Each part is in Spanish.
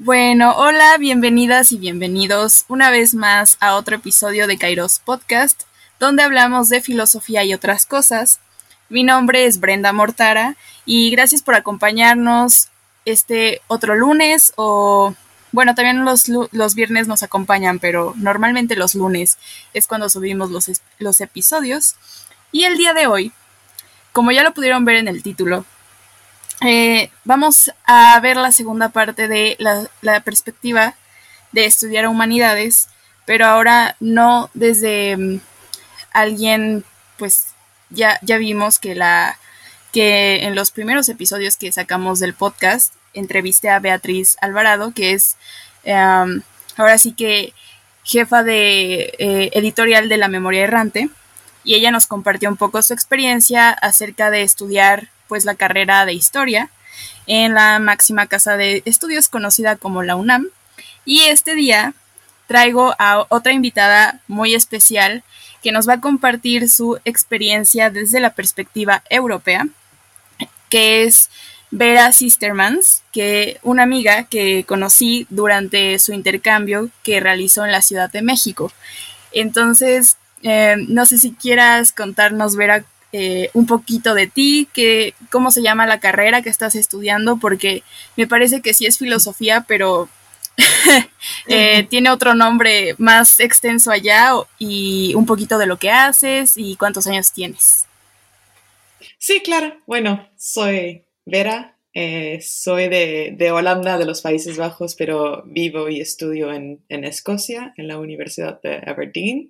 Bueno, hola, bienvenidas y bienvenidos una vez más a otro episodio de Kairos Podcast, donde hablamos de filosofía y otras cosas. Mi nombre es Brenda Mortara y gracias por acompañarnos este otro lunes o, bueno, también los viernes nos acompañan, pero normalmente los lunes es cuando subimos los episodios. Y el día de hoy, como ya lo pudieron ver en el título, vamos a ver la segunda parte de la perspectiva de estudiar humanidades, pero ahora no desde alguien, pues ya vimos que en los primeros episodios que sacamos del podcast entrevisté a Beatriz Alvarado, que es ahora sí que jefa de editorial de La Memoria Errante, y ella nos compartió un poco su experiencia acerca de estudiar pues la carrera de historia en la máxima casa de estudios conocida como la UNAM. Y este día traigo a otra invitada muy especial que nos va a compartir su experiencia desde la perspectiva europea, que es Vera Sistermans, que una amiga que conocí durante su intercambio que realizó en la Ciudad de México. Entonces, no sé si quieras contarnos, Vera, un poquito de ti, cómo se llama la carrera que estás estudiando, porque me parece que sí es filosofía, pero tiene otro nombre más extenso allá, y un poquito de lo que haces y cuántos años tienes. Sí, claro. Bueno, soy Vera, soy de Holanda, de los Países Bajos, pero vivo y estudio en Escocia, en la Universidad de Aberdeen.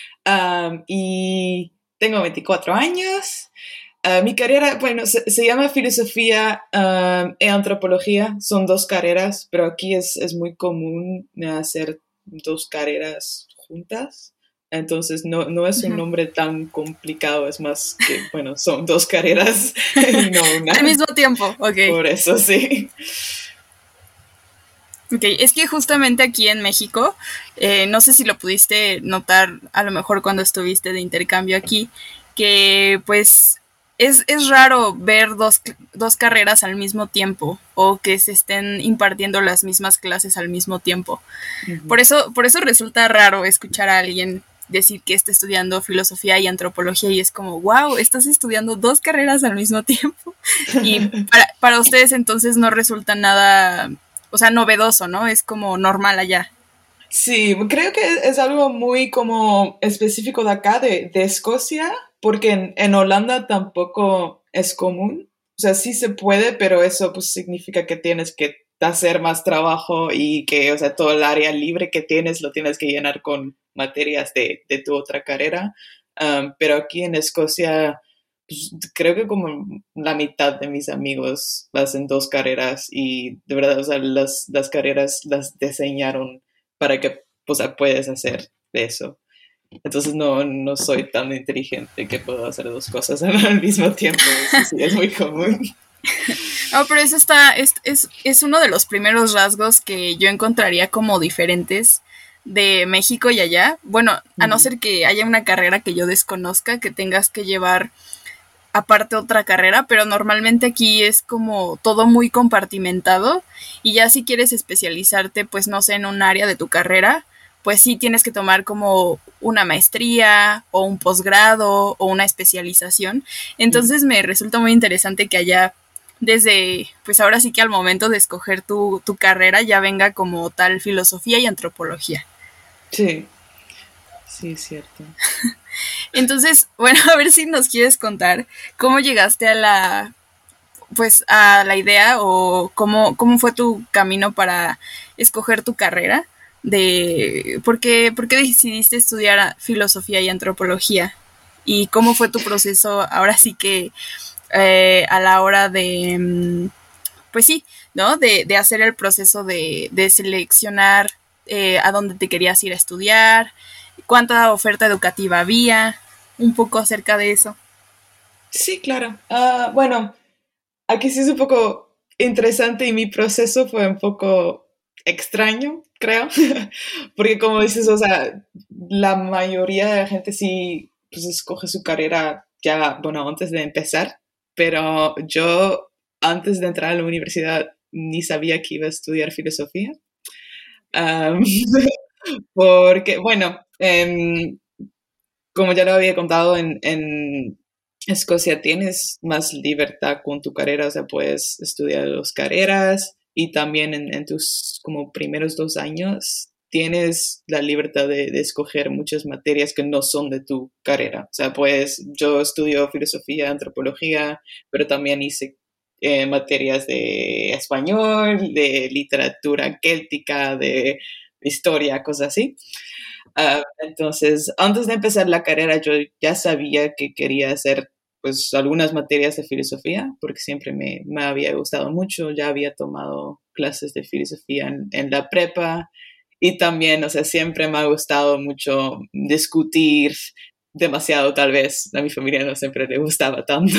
Y tengo 24 años. Mi carrera, bueno, se llama filosofía y antropología. Son dos carreras, pero aquí es muy común hacer dos carreras juntas. Entonces no es un Uh-huh. nombre tan complicado, es más que, bueno, son dos carreras y no Al una. mismo tiempo, ok. Por eso sí. Ok, es que justamente aquí en México, no sé si lo pudiste notar a lo mejor cuando estuviste de intercambio aquí, que pues es raro ver dos carreras al mismo tiempo o que se estén impartiendo las mismas clases al mismo tiempo. Ujú. Por eso resulta raro escuchar a alguien decir que está estudiando filosofía y antropología y es como, wow, estás estudiando dos carreras al mismo tiempo. Y para ustedes entonces no resulta nada, o sea, novedoso, ¿no? Es como normal allá. Sí, creo que es algo muy como específico de acá, de Escocia, porque en Holanda tampoco es común. O sea, sí se puede, pero eso pues significa que tienes que hacer más trabajo y que, o sea, todo el área libre que tienes lo tienes que llenar con materias de tu otra carrera. Pero aquí en Escocia, pues, creo que como la mitad de mis amigos hacen dos carreras y de verdad, o sea, las carreras las diseñaron para que o sea, puedes hacer eso. Entonces no soy tan inteligente que puedo hacer dos cosas al mismo tiempo. Eso sí es muy común. No, pero eso es uno de los primeros rasgos que yo encontraría como diferentes de México y allá. Bueno, a no ser que haya una carrera que yo desconozca, que tengas que llevar aparte otra carrera, pero normalmente aquí es como todo muy compartimentado y ya si quieres especializarte, pues no sé, en un área de tu carrera, pues sí tienes que tomar como una maestría o un posgrado o una especialización. Entonces me resulta muy interesante que allá desde, pues ahora sí que al momento de escoger tu carrera ya venga como tal filosofía y antropología. Sí, sí, es cierto. Entonces, bueno, a ver si nos quieres contar cómo llegaste pues a la idea o cómo fue tu camino para escoger tu carrera de por qué decidiste estudiar filosofía y antropología y cómo fue tu proceso ahora sí que a la hora de pues sí, ¿no? De hacer el proceso de seleccionar a dónde te querías ir a estudiar, cuánta oferta educativa había, un poco acerca de eso. Sí, claro. Bueno, aquí sí es un poco interesante y mi proceso fue un poco extraño, creo, porque como dices, o sea, la mayoría de la gente sí pues escoge su carrera ya, bueno, antes de empezar, pero yo antes de entrar a la universidad ni sabía que iba a estudiar filosofía. Um, porque, bueno, como ya lo había contado, en Escocia tienes más libertad con tu carrera, o sea, puedes estudiar dos carreras y también en tus como primeros 2 años tienes la libertad de escoger muchas materias que no son de tu carrera. O sea, pues yo estudio filosofía, antropología, pero también hice materias de español, de literatura céltica, de historia, cosas así. Entonces, antes de empezar la carrera, yo ya sabía que quería hacer pues algunas materias de filosofía, porque siempre me había gustado mucho, ya había tomado clases de filosofía en la prepa y también, o sea, siempre me ha gustado mucho discutir demasiado, tal vez a mi familia no siempre le gustaba tanto,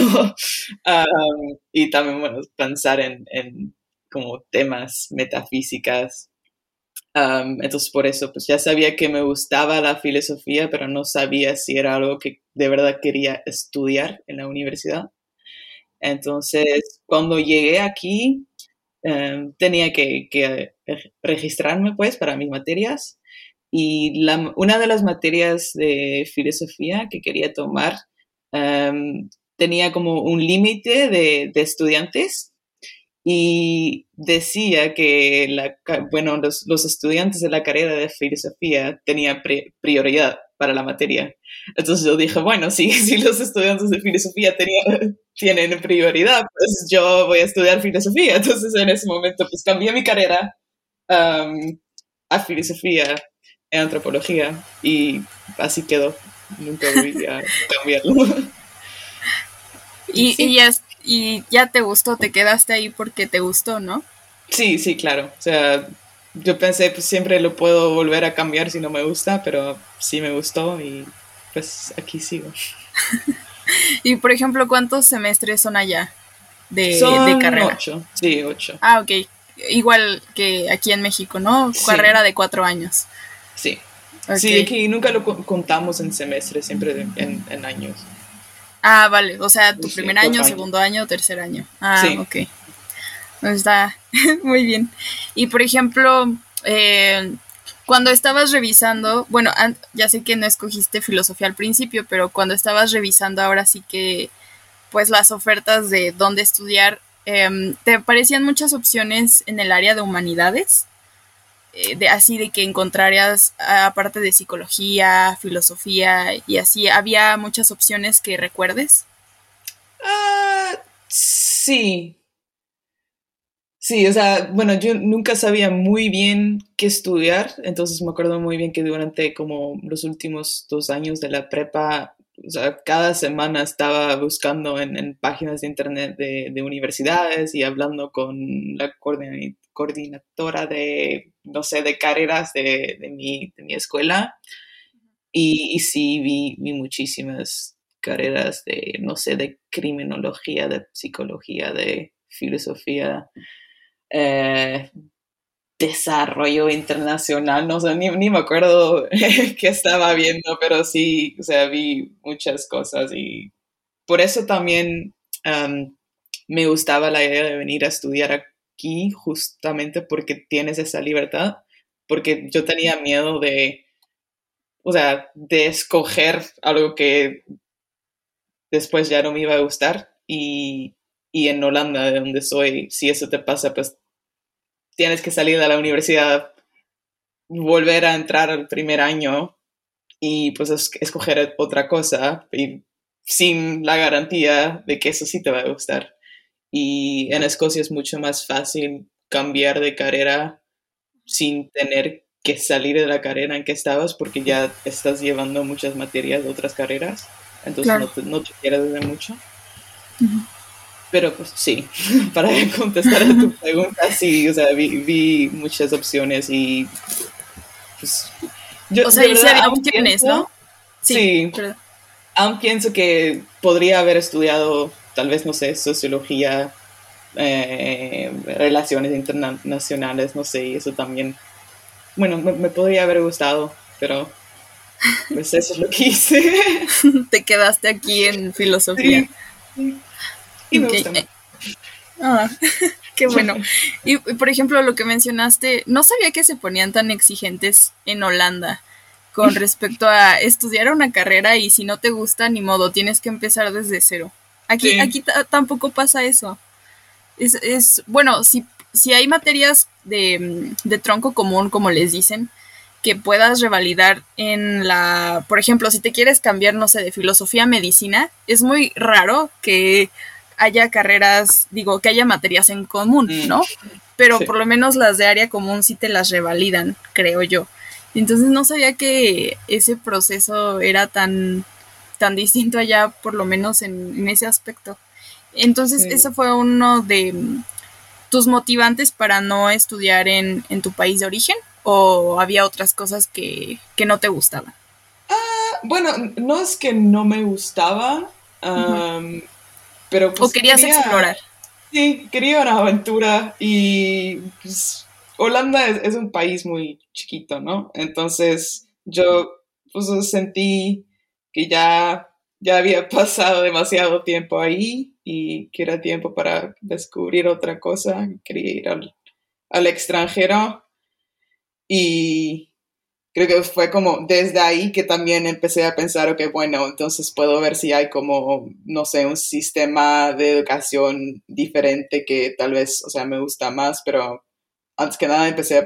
y también, bueno, pensar en como temas metafísicas. Entonces por eso pues ya sabía que me gustaba la filosofía, pero no sabía si era algo que de verdad quería estudiar en la universidad. Entonces cuando llegué aquí tenía que registrarme pues para mis materias y una de las materias de filosofía que quería tomar tenía como un límite de estudiantes y decía que bueno, los estudiantes de la carrera de filosofía tenían prioridad para la materia. Entonces yo dije, bueno, si los estudiantes de filosofía tienen prioridad, pues yo voy a estudiar filosofía. Entonces en ese momento pues cambié mi carrera a filosofía en antropología y así quedó. Nunca volví a cambiarlo. Y, ya, y ya te gustó, te quedaste ahí porque te gustó, ¿no? Sí, sí, claro. O sea, yo pensé, pues siempre lo puedo volver a cambiar si no me gusta, pero sí me gustó y pues aquí sigo. Y por ejemplo, ¿cuántos semestres son allá de Son carrera? 8, sí, 8. Ah, ok. Igual que aquí en México, ¿no? Sí, Carrera de 4 años. sí. Sí, Ok. aquí nunca lo contamos en semestres, siempre en años. Ah, vale. O sea, tu Sí, primer año, 4 años. segundo año, tercer año. Ah, Sí. ok. Está muy bien. Y por ejemplo, cuando estabas revisando, bueno, ya sé que no escogiste filosofía al principio, pero cuando estabas revisando ahora sí que, pues las ofertas de dónde estudiar, ¿te parecían muchas opciones en el área de humanidades? Así de que encontrarías, aparte de psicología, filosofía y así, ¿había muchas opciones que recuerdes? Sí. Sí, o sea, bueno, yo nunca sabía muy bien qué estudiar, entonces me acuerdo muy bien que durante como los últimos 2 años de la prepa, o sea, cada semana estaba buscando en páginas de internet de universidades y hablando con la coordinadora de, no sé, de carreras de mi escuela y sí vi muchísimas carreras de, no sé, de criminología, de psicología, de filosofía, eh, desarrollo internacional, no sé, ni me acuerdo qué estaba viendo, pero sí, o sea, vi muchas cosas y por eso también me gustaba la idea de venir a estudiar aquí, justamente porque tienes esa libertad, porque yo tenía miedo o sea, de escoger algo que después ya no me iba a gustar y en Holanda, de donde soy, si eso te pasa, pues tienes que salir de la universidad, volver a entrar al primer año y pues escoger otra cosa y sin la garantía de que eso sí te va a gustar. Y en Escocia es mucho más fácil cambiar de carrera sin tener que salir de la carrera en que estabas porque ya estás llevando muchas materias de otras carreras, entonces Claro. no te pierdes de mucho. Pero pues sí, para contestar a tu pregunta, sí, o sea, vi muchas opciones y pues yo O sea, de y sí verdad había aún opciones, ¿no? pienso, Sí, sí, perdón. aún pienso que podría haber estudiado tal vez, no sé, sociología, relaciones internacionales, no sé, y eso también, bueno, me podría haber gustado, pero pues eso es lo que hice. Te quedaste aquí en filosofía. Sí, sí, y me Ok. gusta mucho. Ah. Qué bueno. Y por ejemplo, lo que mencionaste, no sabía que se ponían tan exigentes en Holanda con respecto a estudiar una carrera y si no te gusta, ni modo, tienes que empezar desde cero. Sí. Aquí tampoco pasa eso. Bueno, si hay materias de tronco común, como les dicen, que puedas revalidar en por ejemplo, si te quieres cambiar, no sé, de filosofía a medicina, es muy raro que haya carreras, digo, que haya materias en común, ¿no? Pero Sí. por lo menos las de área común sí te las revalidan, creo yo. Entonces no sabía que ese proceso era tan distinto allá, por lo menos en ese aspecto. Entonces, Sí. ese fue uno de tus motivantes para no estudiar en tu país de origen, o había otras cosas que no te gustaban. Bueno, no es que no me gustaba, Uh-huh. pero O pues querías explorar. sí, quería una aventura y pues Holanda es un país muy chiquito, ¿no? Entonces yo pues sentí que ya había pasado demasiado tiempo ahí y que era tiempo para descubrir otra cosa. Quería ir al extranjero y creo que fue como desde ahí que también empecé a pensar, ok, bueno, entonces puedo ver si hay como, no sé, un sistema de educación diferente que tal vez, o sea, me gusta más, pero antes que nada empecé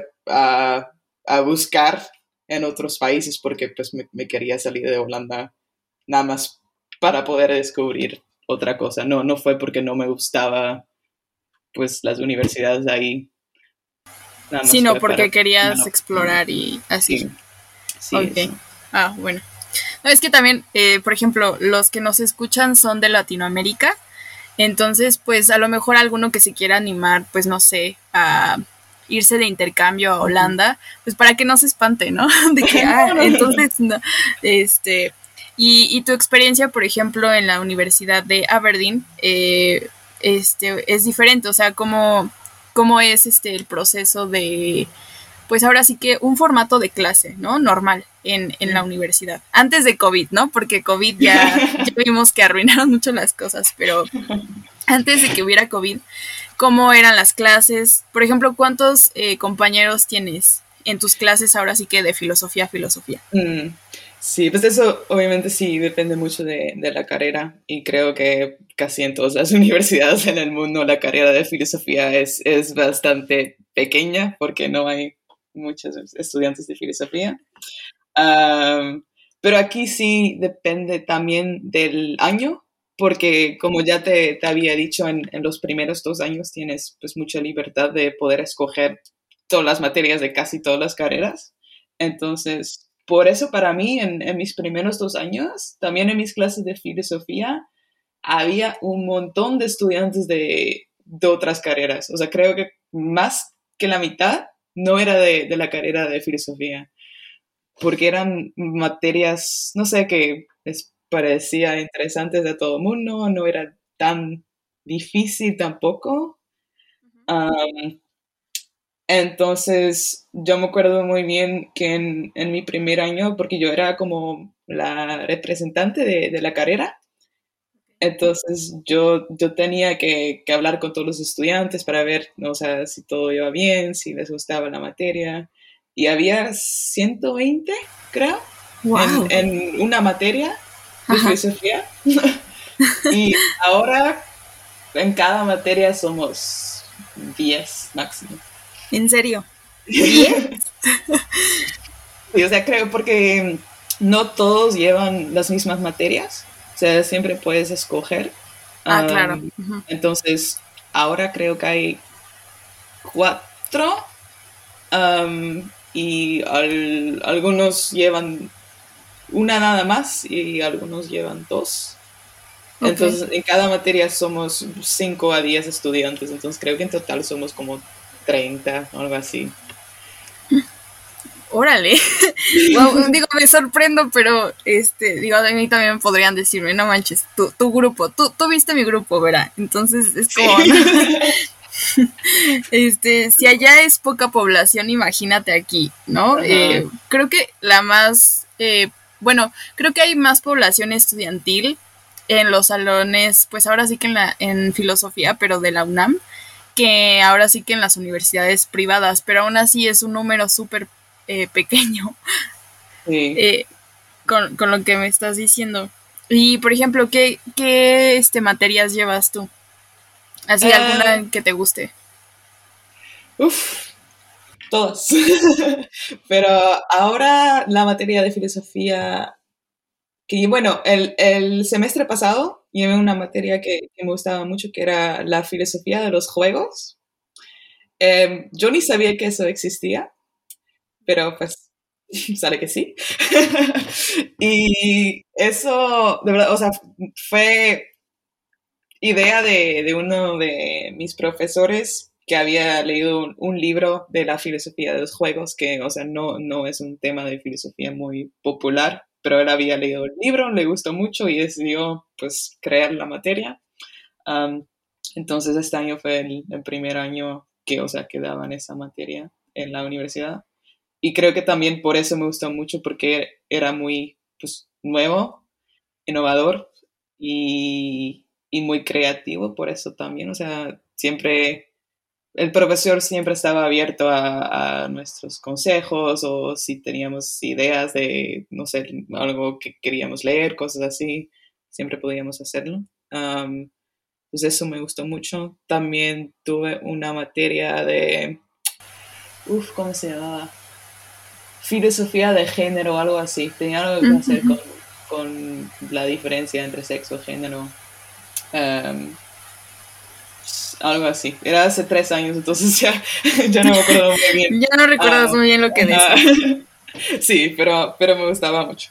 a buscar en otros países porque pues me quería salir de Holanda nada más para poder descubrir otra cosa. No fue porque no me gustaba pues las universidades de ahí, nada más Sino fue para porque querías una oportunidad. explorar y así. Sí, sí, Ok. eso. Ah, bueno. No, es que también, por ejemplo, los que nos escuchan son de Latinoamérica. Entonces, pues a lo mejor alguno que se quiera animar, pues no sé, a irse de intercambio a Holanda, pues para que no se espante, ¿no? De que, No, no, no, no. entonces, no, este, y tu experiencia, por ejemplo, en la Universidad de Aberdeen, es diferente, o sea, cómo es el proceso de, pues ahora sí que un formato de clase, ¿no? Normal en la universidad. Antes de COVID, ¿no? Porque COVID ya vimos que arruinaron mucho las cosas, pero antes de que hubiera COVID, ¿cómo eran las clases? Por ejemplo, ¿cuántos compañeros tienes en tus clases ahora sí que de filosofía a filosofía? Mm, sí, pues eso obviamente sí depende mucho de la carrera y creo que casi en todas las universidades en el mundo la carrera de filosofía es bastante pequeña porque no hay muchos estudiantes de filosofía. Am, pero aquí sí depende también del año, porque como ya te había dicho, en los primeros 2 años tienes pues mucha libertad de poder escoger todas las materias de casi todas las carreras. Entonces, por eso para mí, en mis primeros 2 años, también en mis clases de filosofía, había un montón de estudiantes de otras carreras. O sea, creo que más que la mitad no era de la carrera de filosofía porque eran materias, no sé, que les parecía interesantes a todo el mundo, no era tan difícil tampoco. Um, entonces, yo me acuerdo muy bien que en mi primer año, porque yo era como la representante de la carrera, entonces yo tenía que hablar con todos los estudiantes para ver, ¿no? O sea, si todo iba bien, si les gustaba la materia. Y había 120 creo, ¡Wow! en una materia de Ajá. filosofía. Y ahora en cada materia somos 10 máximo. ¿En serio? ¿10? Sí, o sea, creo porque no todos llevan las mismas materias. O sea, siempre puedes escoger. Ah, claro. Um, entonces, ahora creo que hay 4 y algunos llevan una nada más y algunos llevan 2. Ok. Entonces, en cada materia somos 5 a 10 estudiantes, entonces creo que en total somos como 30 o algo así. Órale. Wow, digo, me sorprendo, pero digo, a mí también podrían decirme, no manches, tu grupo, tú viste mi grupo, ¿verdad? Entonces es Sí. como, ¿no? Si allá es poca población, imagínate aquí, ¿no? Ajá. Creo que bueno, creo que hay más población estudiantil en los salones, pues ahora sí que en filosofía, pero de la UNAM, que ahora sí que en las universidades privadas, pero aún así es un número súper pequeño Sí. con lo que me estás diciendo. Y, por ejemplo, materias llevas tú? Así, Eh, alguna que te guste. uf, todas. Pero ahora la materia de filosofía, que bueno, el semestre pasado llevé una materia que me gustaba mucho, que era la filosofía de los juegos. Yo ni sabía que eso existía, pero pues sale que sí. Y eso, de verdad, o sea, fue idea de uno de mis profesores que había leído un libro de la filosofía de los juegos, que, o sea, no es un tema de filosofía muy popular, pero él había leído el libro, le gustó mucho y decidió, pues, crear la materia. Um, entonces, este año fue el primer año que, o sea, que daban esa materia en la universidad. Y creo que también por eso me gustó mucho, porque era muy, pues, nuevo, innovador y muy creativo por eso también. O sea, siempre, el profesor siempre estaba abierto a nuestros consejos o si teníamos ideas de, no sé, algo que queríamos leer, cosas así, siempre podíamos hacerlo. Pues eso me gustó mucho. También tuve una materia de, ¿cómo se llamaba? Filosofía de género o algo así. Tenía algo que hacer con la diferencia entre sexo y género. Um, algo así. Era hace 3 años, entonces ya no me acuerdo muy bien. Ya no recuerdas muy bien lo que decía. Sí, pero me gustaba mucho.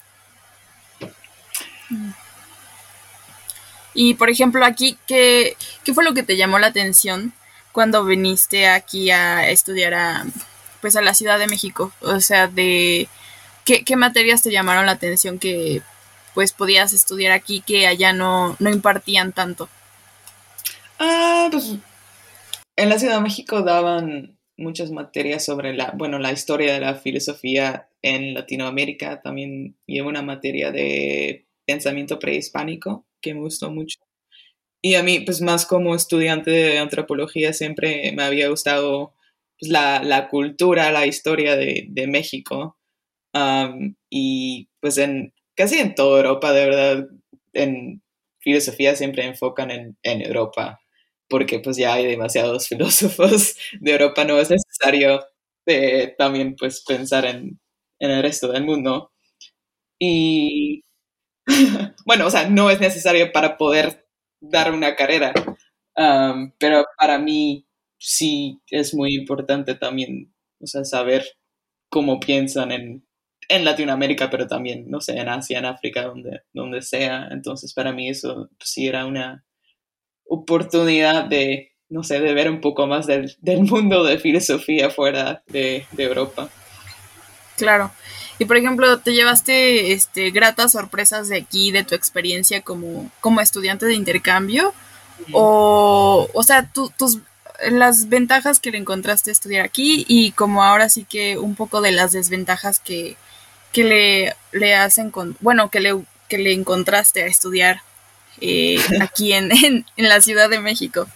Y, por ejemplo, aquí, ¿qué fue lo que te llamó la atención cuando viniste aquí a estudiar pues a la Ciudad de México? O sea, ¿qué materias te llamaron la atención que pues podías estudiar aquí que allá no impartían tanto? Pues en la Ciudad de México daban muchas materias sobre la historia de la filosofía en Latinoamérica. También llevo una materia de pensamiento prehispánico que me gustó mucho. Y a mí, pues más como estudiante de antropología, siempre me había gustado pues, la cultura, la historia de México. Y pues casi en toda Europa, de verdad, en filosofía siempre enfocan en Europa, porque pues ya hay demasiados filósofos de Europa, no es necesario también pues pensar en el resto del mundo. Y bueno, o sea, no es necesario para poder dar una carrera, pero para mí sí es muy importante también, o sea, saber cómo piensan en Latinoamérica, pero también, no sé, en Asia, en África, donde sea. Entonces, para mí eso pues, sí era una oportunidad de, no sé, de ver un poco más del mundo de filosofía fuera de Europa. Claro. Y, por ejemplo, ¿te llevaste gratas sorpresas de aquí, de tu experiencia como estudiante de intercambio? O sea, las ventajas que le encontraste a estudiar aquí y como ahora sí que un poco de las desventajas que le hacen bueno, que le encontraste a estudiar aquí en la Ciudad de México.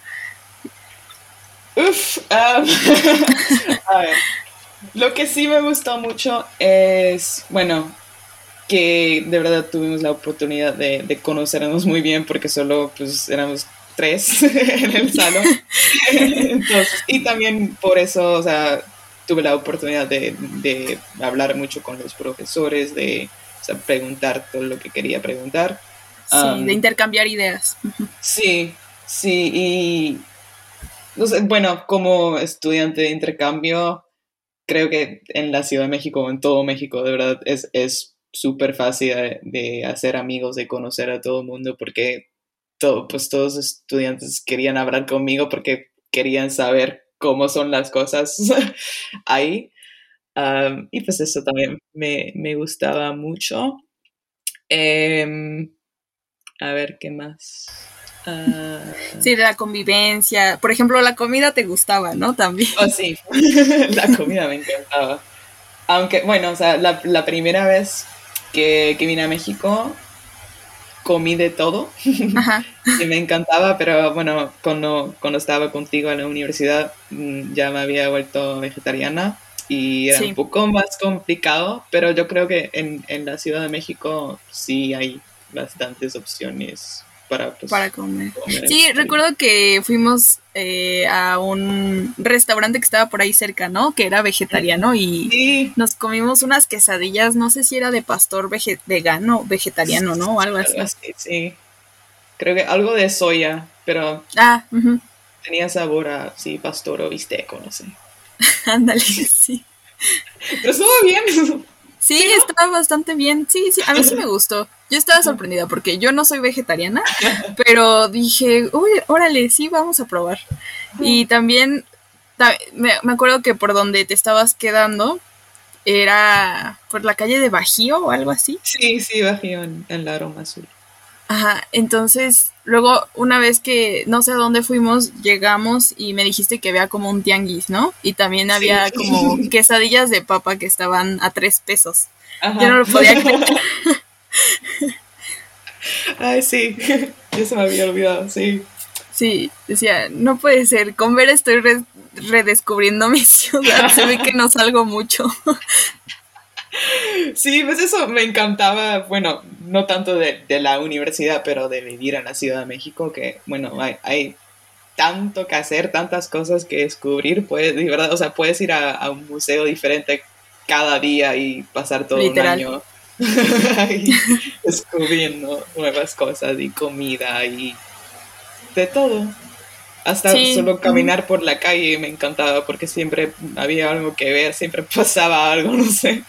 A ver, lo que sí me gustó mucho es, bueno, que de verdad tuvimos la oportunidad de conocernos muy bien porque solo pues éramos 3 en el salón. Entonces, y también por eso, o sea, tuve la oportunidad de hablar mucho con los profesores, de o sea, preguntar todo lo que quería preguntar. Sí, de intercambiar ideas. Sí, sí, y no sé, bueno, como estudiante de intercambio, creo que en la Ciudad de México, en todo México, de verdad, es súper fácil de hacer amigos, de conocer a todo el mundo, porque pues todos los estudiantes querían hablar conmigo porque querían saber cómo son las cosas ahí. Y pues eso también me gustaba mucho. Em, a ver, ¿qué más? Sí, de la convivencia. Por ejemplo, la comida te gustaba, ¿no? También. Oh, sí, la comida me encantaba. Aunque, bueno, o sea, la primera vez que vine a México, comí de todo Ajá. y me encantaba, pero bueno, cuando estaba contigo en la universidad ya me había vuelto vegetariana y era un Sí, poco más complicado, pero yo creo que en la Ciudad de México sí hay bastantes opciones para para pues comer. comer Sí, vegetariano. recuerdo que fuimos a un restaurante que estaba por ahí cerca, ¿no? Que era vegetariano y Sí, nos comimos unas quesadillas, no sé si era de pastor vegano, vegetariano, ¿no? O algo algo así. así, sí. Creo que algo de soya, pero Ah, ujú. tenía sabor a, sí, pastor o bisteco, no sé. Ándale, sí. Pero estuvo bien. Sí, Sí, ¿no? estaba bastante bien. Sí, sí, a mí sí me gustó. Yo estaba sorprendida porque yo no soy vegetariana, pero dije, uy, órale, sí, vamos a probar. Y también me acuerdo que por donde te estabas quedando era por la calle de Bajío o algo así. Sí, sí, bajío en la aroma azul. Ajá, entonces luego una vez que no sé a dónde fuimos, llegamos y me dijiste que había como un tianguis, ¿no? Y también Sí. había como quesadillas de papa que estaban a 3 pesos. Yo no Ajá. lo podía creer. Ay, sí. Ya se me había olvidado, sí. Sí, decía, no puede ser, con ver estoy redescubriendo mi ciudad, se ve que no salgo mucho. Sí, pues eso me encantaba, bueno, no tanto de la universidad, pero de vivir en la Ciudad de México, que, bueno, hay tanto que hacer, tantas cosas que descubrir, pues, de verdad, o sea, puedes ir a un museo diferente cada día y pasar todo un Literal. año ahí descubriendo nuevas cosas y comida y de todo. Hasta Sí, solo caminar por la calle me encantaba porque siempre había algo que ver, siempre pasaba algo, no sé.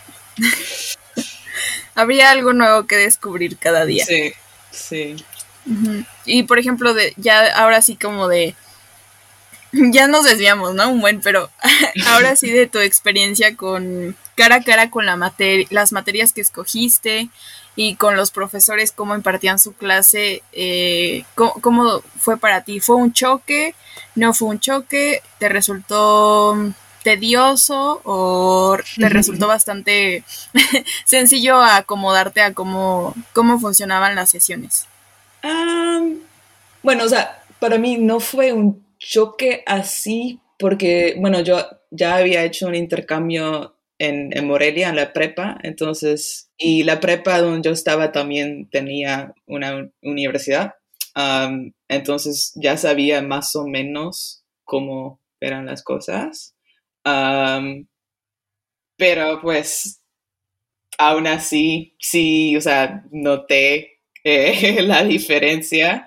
habría algo nuevo que descubrir cada día. Sí, sí. Y por ejemplo, ya ahora sí como de, ya nos desviamos, ¿no? Un buen, pero ahora sí de tu experiencia con cara a cara con las materias que escogiste y con los profesores, cómo impartían su clase, ¿cómo fue para ti? ¿Fue un choque? ¿No fue un choque? ¿Te resultó tedioso o te resultó bastante sencillo acomodarte a cómo funcionaban las sesiones? Am, bueno, o sea, para mí no fue un choque así porque, bueno, yo ya había hecho un intercambio en Morelia, en la prepa, entonces, y la prepa donde yo estaba también tenía una universidad, entonces ya sabía más o menos cómo eran las cosas, Am, pero pues aún así, sí, o sea, noté la diferencia.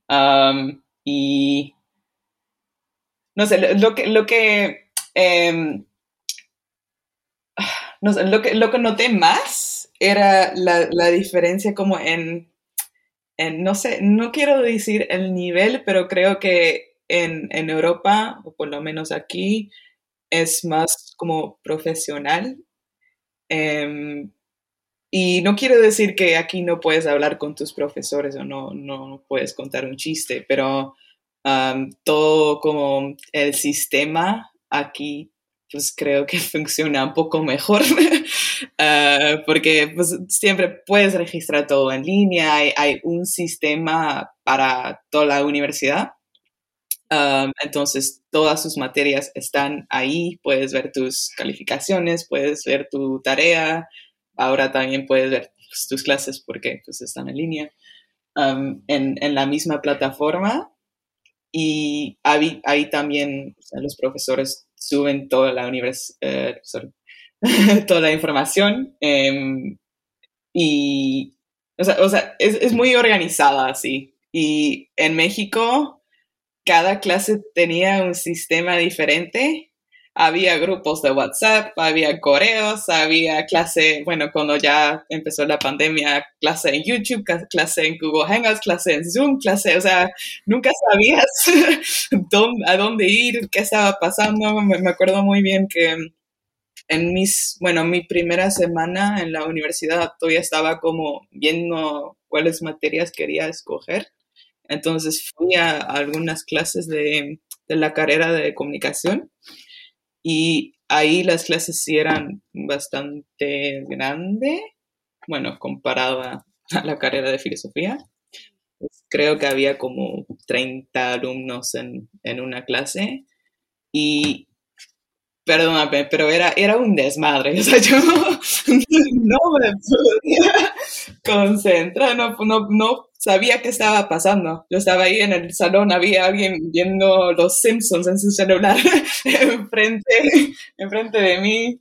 Y no sé, no sé, lo que noté más era la diferencia como no sé, no quiero decir el nivel, pero creo que en Europa, o por lo menos aquí, es más como profesional. em, Y no quiero decir que aquí no puedes hablar con tus profesores o no puedes contar un chiste, pero todo como el sistema aquí, pues creo que funciona un poco mejor, porque pues, siempre puedes registrar todo en línea, hay un sistema para toda la universidad. Entonces, todas sus materias están ahí, puedes ver tus calificaciones, puedes ver tu tarea, ahora también puedes ver pues, tus clases porque pues, están en línea, en la misma plataforma y ahí también o sea, los profesores suben toda la toda la información y, o sea es muy organizada así. Y en México cada clase tenía un sistema diferente. Había grupos de WhatsApp, había correos, había clase, bueno, cuando ya empezó la pandemia, clase en YouTube, clase en Google Hangouts, clase en Zoom, clase, o sea, nunca sabías a dónde ir, qué estaba pasando. Me acuerdo muy bien que bueno, mi primera semana en la universidad todavía estaba como viendo cuáles materias quería escoger. Entonces fui a algunas clases de la carrera de comunicación y ahí las clases sí eran bastante grandes, bueno, comparado a la carrera de filosofía. pues, creo que había como 30 alumnos en una clase y, perdóname, pero era un desmadre, o sea, yo no me podía concentrar, no sabía qué estaba pasando. Yo estaba ahí en el salón, había alguien viendo Los Simpsons en su celular enfrente de mí.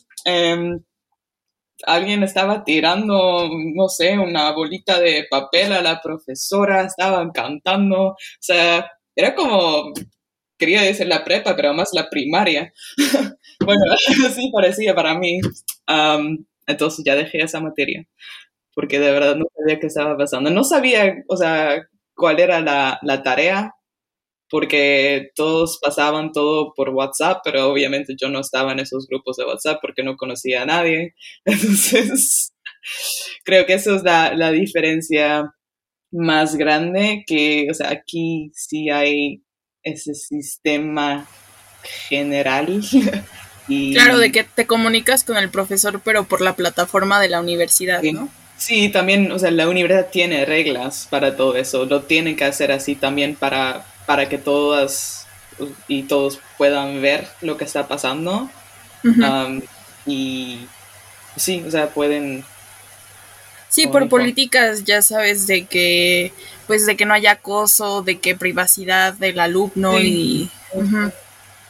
Alguien estaba tirando, no sé, una bolita de papel a la profesora, estaban cantando, o sea, era como, quería decir la prepa, pero más la primaria. Bueno, así parecía para mí. Entonces ya dejé esa materia, porque de verdad no sabía qué estaba pasando. No sabía, o sea, cuál era la tarea, porque todos pasaban todo por WhatsApp, pero obviamente yo no estaba en esos grupos de WhatsApp porque no conocía a nadie. Entonces, creo que eso es la diferencia más grande, que, o sea, aquí sí hay ese sistema general Claro, de y que te comunicas con el profesor, pero por la plataforma de la universidad, sí, ¿no? sí, también, o sea, la universidad tiene reglas para todo eso, lo tienen que hacer así también para que todas y todos puedan ver lo que está pasando. Ujú. Um, y sí, o sea, pueden Sí, por comunicar. políticas, ya sabes, de que, pues, de que no haya acoso, de que privacidad del alumno Sí, y... Ujú. justo.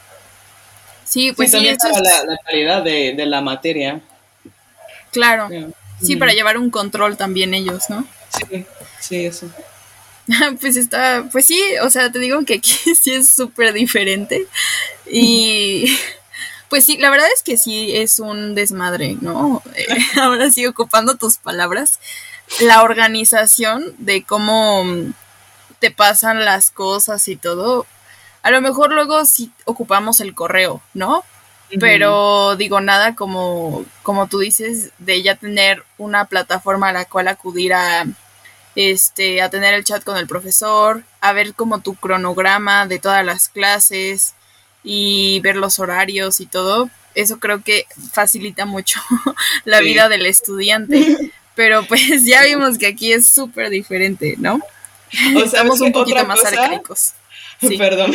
Sí, Sí, pues sí, también eso para es la calidad de la materia. claro. Yeah. Sí, para Ujú. llevar un control también ellos, ¿no? Sí, sí, eso. Pues está, pues sí, o sea, te digo que aquí sí es súper diferente. Y pues sí, la verdad es que sí es un desmadre, ¿no? Ahora sí, ocupando tus palabras, la organización de cómo te pasan las cosas y todo. A lo mejor luego sí ocupamos el correo, ¿no? Ujú. Pero digo, nada como tú dices, de ya tener una plataforma a la cual acudir a tener el chat con el profesor, a ver como tu cronograma de todas las clases y ver los horarios y todo. Eso creo que facilita mucho la vida Sí. del estudiante. Pero pues ya vimos que aquí es súper diferente, ¿no? O sabes Estamos qué un poquito otra más cosa, arcaicos. Sí. perdón,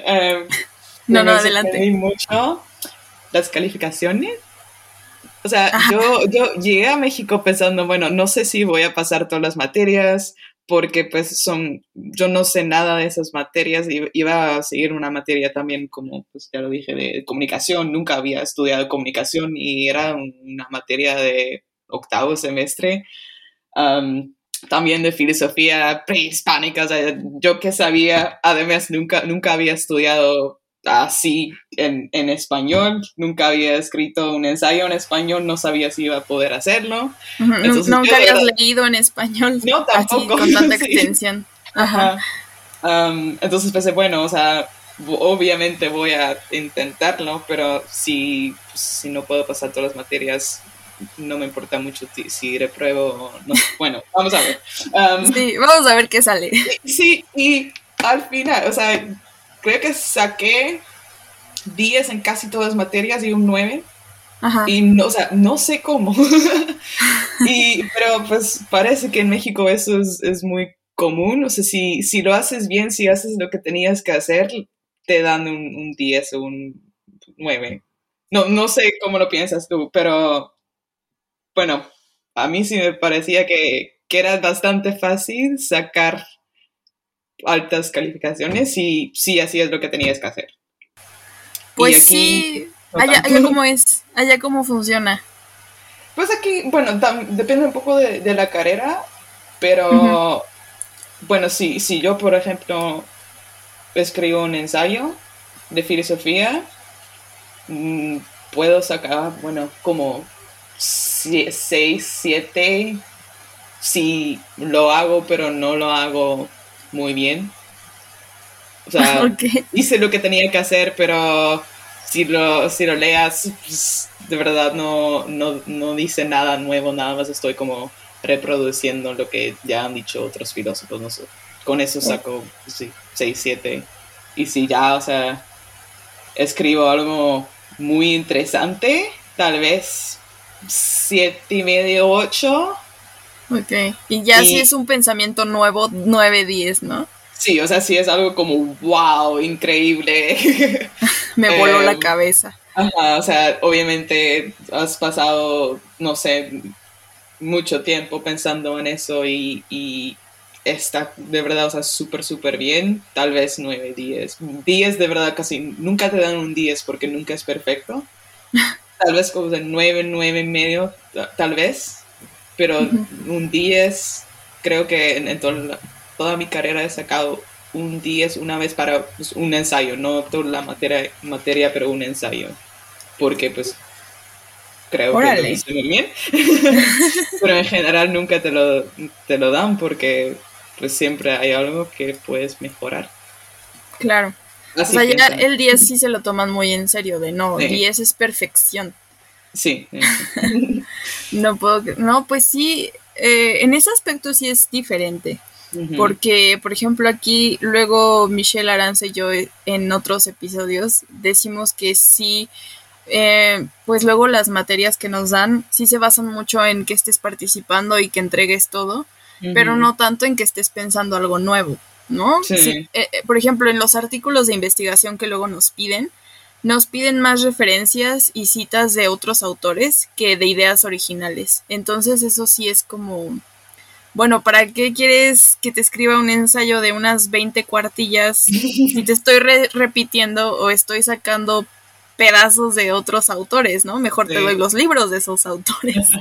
que No, no, me adelante. sorprendí mucho, las calificaciones. O sea, Ajá. yo llegué a México pensando, bueno, no sé si voy a pasar todas las materias, porque pues yo no sé nada de esas materias, iba a seguir una materia también, como pues ya lo dije, de comunicación, nunca había estudiado comunicación y era una materia de octavo semestre. um, También de filosofía prehispánica, o sea, yo que sabía, además nunca había estudiado así en español, nunca había escrito un ensayo en español, no sabía si iba a poder hacerlo. Entonces yo Nunca de habías verdad, leído en español no así tampoco, con tanta sí, extensión. Ajá. ajá. Entonces pensé, bueno, o sea, obviamente voy a intentarlo, pero si no puedo pasar todas las materias, no me importa mucho si repruebo o no. Bueno, vamos a ver. Sí, vamos a ver qué sale. Sí, y al final, o sea, creo que saqué 10 en casi todas las materias y un 9. Ajá. Y no, o sea, no sé cómo. Pero pues parece que en México eso es muy común. O sea, si lo haces bien, si haces lo que tenías que hacer, te dan un 10 o un 9. No sé cómo lo piensas tú, pero bueno, a mí sí me parecía que era bastante fácil sacar altas calificaciones si hacías lo que tenías que hacer. Y Pues aquí sí. no tanto. Allá cómo es, allá cómo funciona. Pues aquí, bueno, depende un poco de la carrera, Ujú. pero bueno, si yo, por ejemplo, escribo un ensayo de filosofía, mm, puedo sacar, bueno, como 6, 7, si lo hago, pero no lo hago muy bien. O sea, Ok. hice lo que tenía que hacer, pero si lo leas, pues, de verdad no dice nada nuevo, nada más estoy como reproduciendo lo que ya han dicho otros filósofos, no sé. Con eso saco, pues sí, 6 7. Y si ya, o sea, escribo algo muy interesante, tal vez 7 y medio, 8. Ok. Y ya si es un pensamiento nuevo, 9-10, ¿no? Sí, o sea, sí es algo como, wow, increíble. Me voló la cabeza. Ajá, o sea, obviamente has pasado, no sé, mucho tiempo pensando en eso y está de verdad, o sea, súper, súper bien. Tal vez 9, 10. 10 de verdad casi nunca te dan un 10 porque nunca es perfecto. Tal vez como de 9, 9 y medio, tal vez. Pero un 10, creo que en toda mi carrera he sacado un 10 una vez para pues, un ensayo, no toda la materia, pero un ensayo. Porque pues creo que lo Órale. hice muy bien. Pero en general nunca te lo dan porque pues siempre hay algo que puedes mejorar. Claro. O Así sea, ya piensan. el 10 sí se lo toman muy en serio, de no, Sí, 10 es perfección. sí, eso. No puedo, no, pues sí, en ese aspecto sí es diferente. Ujú, Porque, por ejemplo, aquí luego Michelle Arance y yo en otros episodios decimos que sí, pues luego las materias que nos dan sí se basan mucho en que estés participando y que entregues todo, pero ujú. no tanto en que estés pensando algo nuevo, ¿no? Sí, Sí, por ejemplo, en los artículos de investigación que luego nos piden más referencias y citas de otros autores que de ideas originales. Entonces eso sí es como, bueno, ¿para qué quieres que te escriba un ensayo de unas 20 cuartillas si te estoy repitiendo o estoy sacando pedazos de otros autores, ¿no? Mejor te doy sí. los libros de esos autores.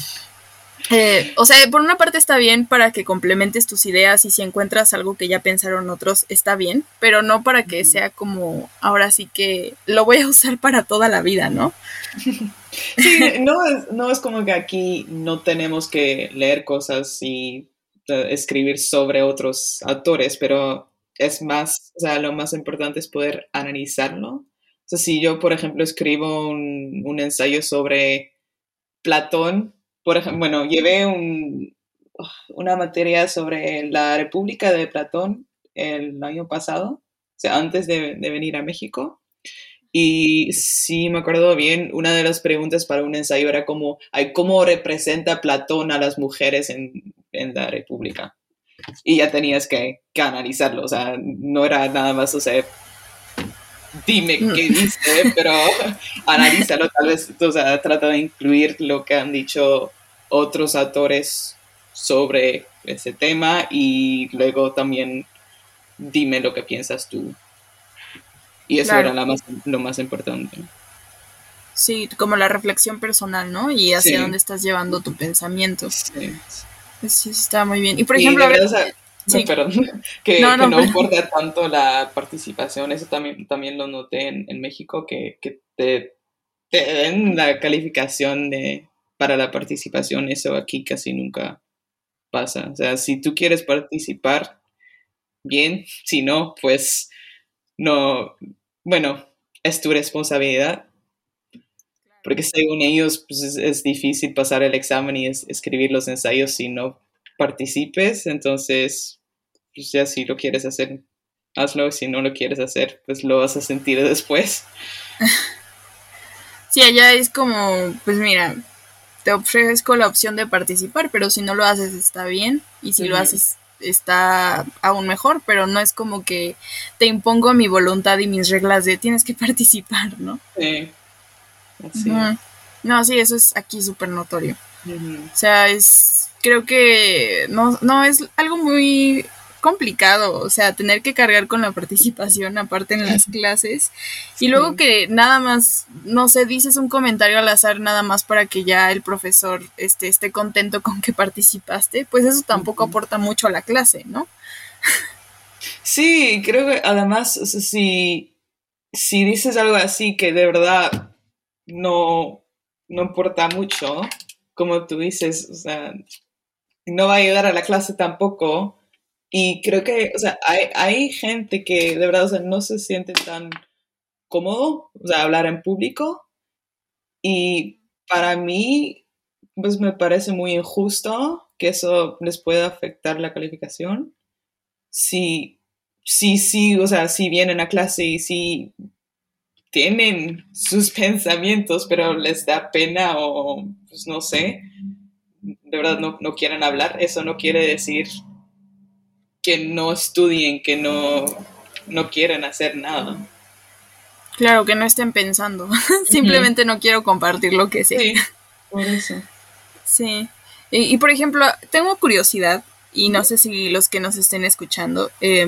O sea, por una parte está bien para que complementes tus ideas y si encuentras algo que ya pensaron otros, está bien, pero no para que sea como, ahora sí que lo voy a usar para toda la vida, ¿no? Sí, no es como que aquí no tenemos que leer cosas y escribir sobre otros autores, pero es más, o sea, lo más importante es poder analizarlo. O sea, si yo, por ejemplo, escribo un ensayo sobre Platón, por ejemplo, bueno, llevé una materia sobre la República de Platón el año pasado, o sea, antes de venir a México. Y sí, me acuerdo bien, una de las preguntas para un ensayo era como, ay, ¿cómo representa Platón a las mujeres en la República? Y ya tenías que analizarlo, o sea, no era nada más, o sea, dime qué dice, pero analízalo, tal vez, o sea, trata de incluir lo que han dicho otros autores sobre ese tema y luego también dime lo que piensas tú. Y eso era Claro, lo más importante. sí, como la reflexión personal, ¿no? Y hacia Sí, dónde estás llevando tu pensamiento. sí. Pues sí, está muy bien. Y por Y ejemplo, de a ver, verdad, o sea, sí, perdón, no, que no, no pero, importa tanto la participación, eso también lo noté en México, que te den la calificación para la participación, eso aquí casi nunca pasa. O sea, si tú quieres participar, bien, si no, pues no, bueno, es tu responsabilidad, porque según ellos pues es difícil pasar el examen y escribir los ensayos si no participes, entonces pues ya si lo quieres hacer, hazlo, si no lo quieres hacer, pues lo vas a sentir después. sí, allá es como, pues mira, te ofrezco la opción de participar, pero si no lo haces está bien y si lo Ujú. haces está aún mejor, pero no es como que te impongo mi voluntad y mis reglas de tienes que participar, ¿no? Sí, así Ujú. es. No, sí, eso es aquí súper notorio. Ujú. O sea, creo que no es algo muy complicado, o sea, tener que cargar con la participación aparte en las clases y luego Sí. que nada más, no sé, dices un comentario al azar nada más para que ya el profesor esté contento con que participaste, pues eso tampoco Ujú. aporta mucho a la clase, ¿no? Sí, creo que además, o sea, si dices algo así que de verdad no, no importa mucho, como tú dices, o sea, no va a ayudar a la clase tampoco. Y creo que, o sea, hay gente que de verdad, o sea, no se siente tan cómodo, o sea, hablar en público. Y para mí, pues me parece muy injusto que eso les pueda afectar la calificación. Si, sí, o sea, si vienen a clase y si tienen sus pensamientos, pero les da pena o, pues no sé, de verdad no quieren hablar, eso no quiere decir que no estudien, que no quieren hacer nada. Claro, que no estén pensando. Ujú. Simplemente no quiero compartir lo que sé. Sí, por eso. Sí. Por ejemplo, tengo curiosidad, y no Ujú. sé si los que nos estén escuchando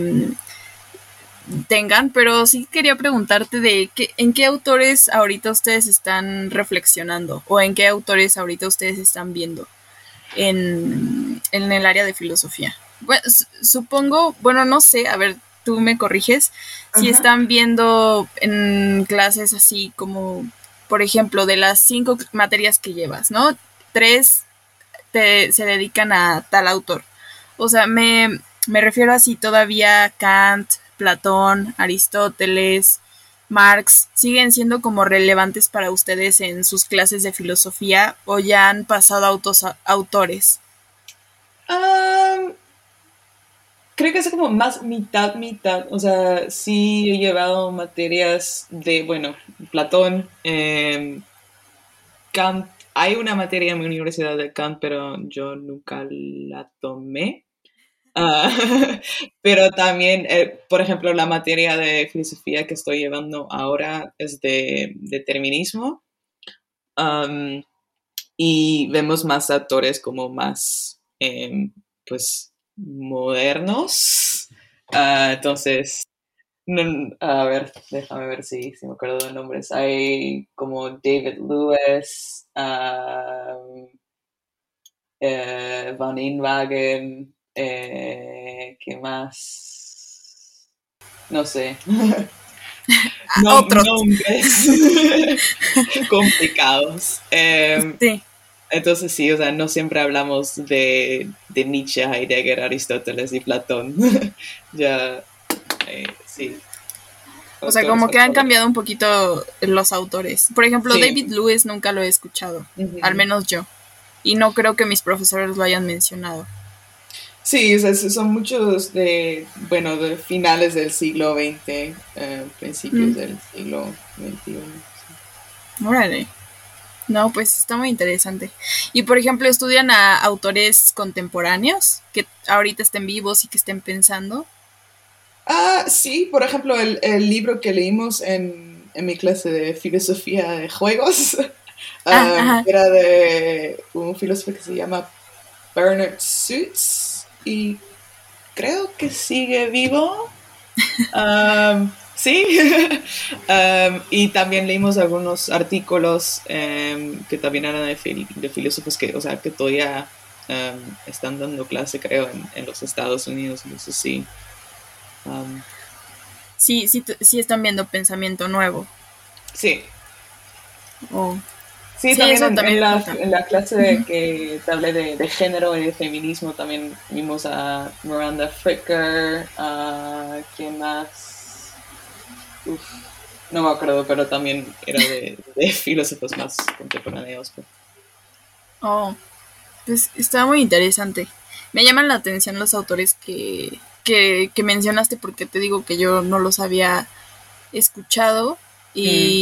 tengan, pero sí quería preguntarte en qué autores ahorita ustedes están reflexionando o en qué autores ahorita ustedes están viendo en el área de filosofía. Bueno, supongo, bueno, no sé, a ver, tú me corriges, si Ajá. están viendo en clases así como, por ejemplo, de las 5 materias que llevas, ¿no? 3 se dedican a tal autor. O sea, me refiero a si todavía Kant, Platón, Aristóteles, Marx siguen siendo como relevantes para ustedes en sus clases de filosofía o ya han pasado a autores. Ah, creo que es como más mitad, mitad. O sea, sí he llevado materias de, bueno, Platón, Kant. Hay una materia en mi universidad de Kant, pero yo nunca la tomé. Ah, pero también, por ejemplo, la materia de filosofía que estoy llevando ahora es de determinismo. Am, y vemos más actores como más, pues, modernos. Entonces, a ver, déjame ver si me acuerdo de nombres. Hay como David Lewis, Van Inwagen, ¿qué más? No sé. Otros. Nombres complicados. Sí. Entonces sí, o sea, no siempre hablamos de Nietzsche, Heidegger, Aristóteles y Platón. Ya, sí, O sea, autores como que han actuales. cambiado un poquito los autores. Por ejemplo, Sí. David Lewis nunca lo he escuchado, al Ujú. menos yo. Y no creo que mis profesores lo hayan mencionado. Sí, o sea, son muchos de, bueno, de finales del siglo XX, principios Mm, del siglo XXI. Sí. órale. No, pues está muy interesante. Y por ejemplo, ¿estudian a autores contemporáneos que ahorita estén vivos y que estén pensando? Sí, por ejemplo, el libro que leímos en mi clase de filosofía de juegos Ah, ajá. era de un filósofo que se llama Bernard Suits y creo que sigue vivo. Sí. Y también leímos algunos artículos que también eran de filósofos que, o sea, que todavía están dando clase, creo, en los Estados Unidos. Entonces sí. um, Sí, sí, sí están viendo pensamiento nuevo. sí. Oh. Sí, Sí, también eso también falta. en la clase que te hablé de género y de feminismo, también vimos a Miranda Fricker, a ¿quién más? Uf, no me acuerdo, pero también era de filósofos más contemporáneos. Pues. Oh, pues está muy interesante. Me llaman la atención los autores que mencionaste porque te digo que yo no los había escuchado Mm,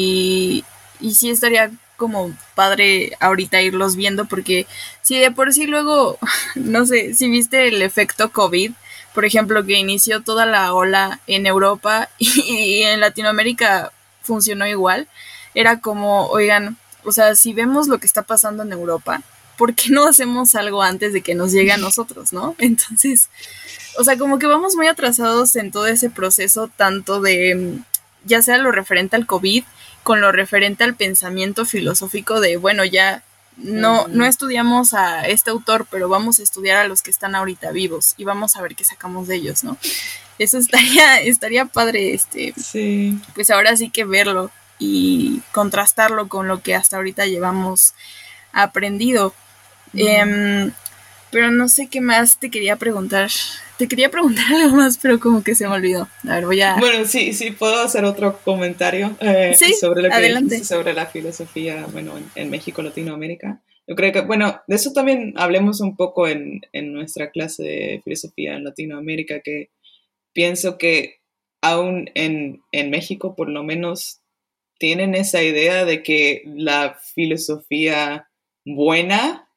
y sí estaría como padre ahorita irlos viendo porque si de por sí luego, no sé, si viste el efecto COVID, por ejemplo, que inició toda la ola en Europa y en Latinoamérica funcionó igual, era como, oigan, o sea, si vemos lo que está pasando en Europa, ¿por qué no hacemos algo antes de que nos llegue a nosotros, no? Entonces, o sea, como que vamos muy atrasados en todo ese proceso, tanto de, ya sea lo referente al COVID, con lo referente al pensamiento filosófico de, bueno, ya no ujú. estudiamos a este autor, pero vamos a estudiar a los que están ahorita vivos y vamos a ver qué sacamos de ellos, ¿no? Eso estaría padre, Sí. pues ahora sí que verlo y contrastarlo con lo que hasta ahorita llevamos aprendido. Ujú. Pero no sé qué más te quería preguntar. Te quería preguntar algo más, pero como que se me olvidó. A ver, voy a... Bueno, sí, sí, puedo hacer otro comentario Sí, sobre lo que dijiste adelante. sobre la filosofía, bueno, en México, Latinoamérica. Yo creo que, bueno, de eso también hablemos un poco en nuestra clase de filosofía en Latinoamérica, que pienso que aún en México, por lo menos, tienen esa idea de que la filosofía buena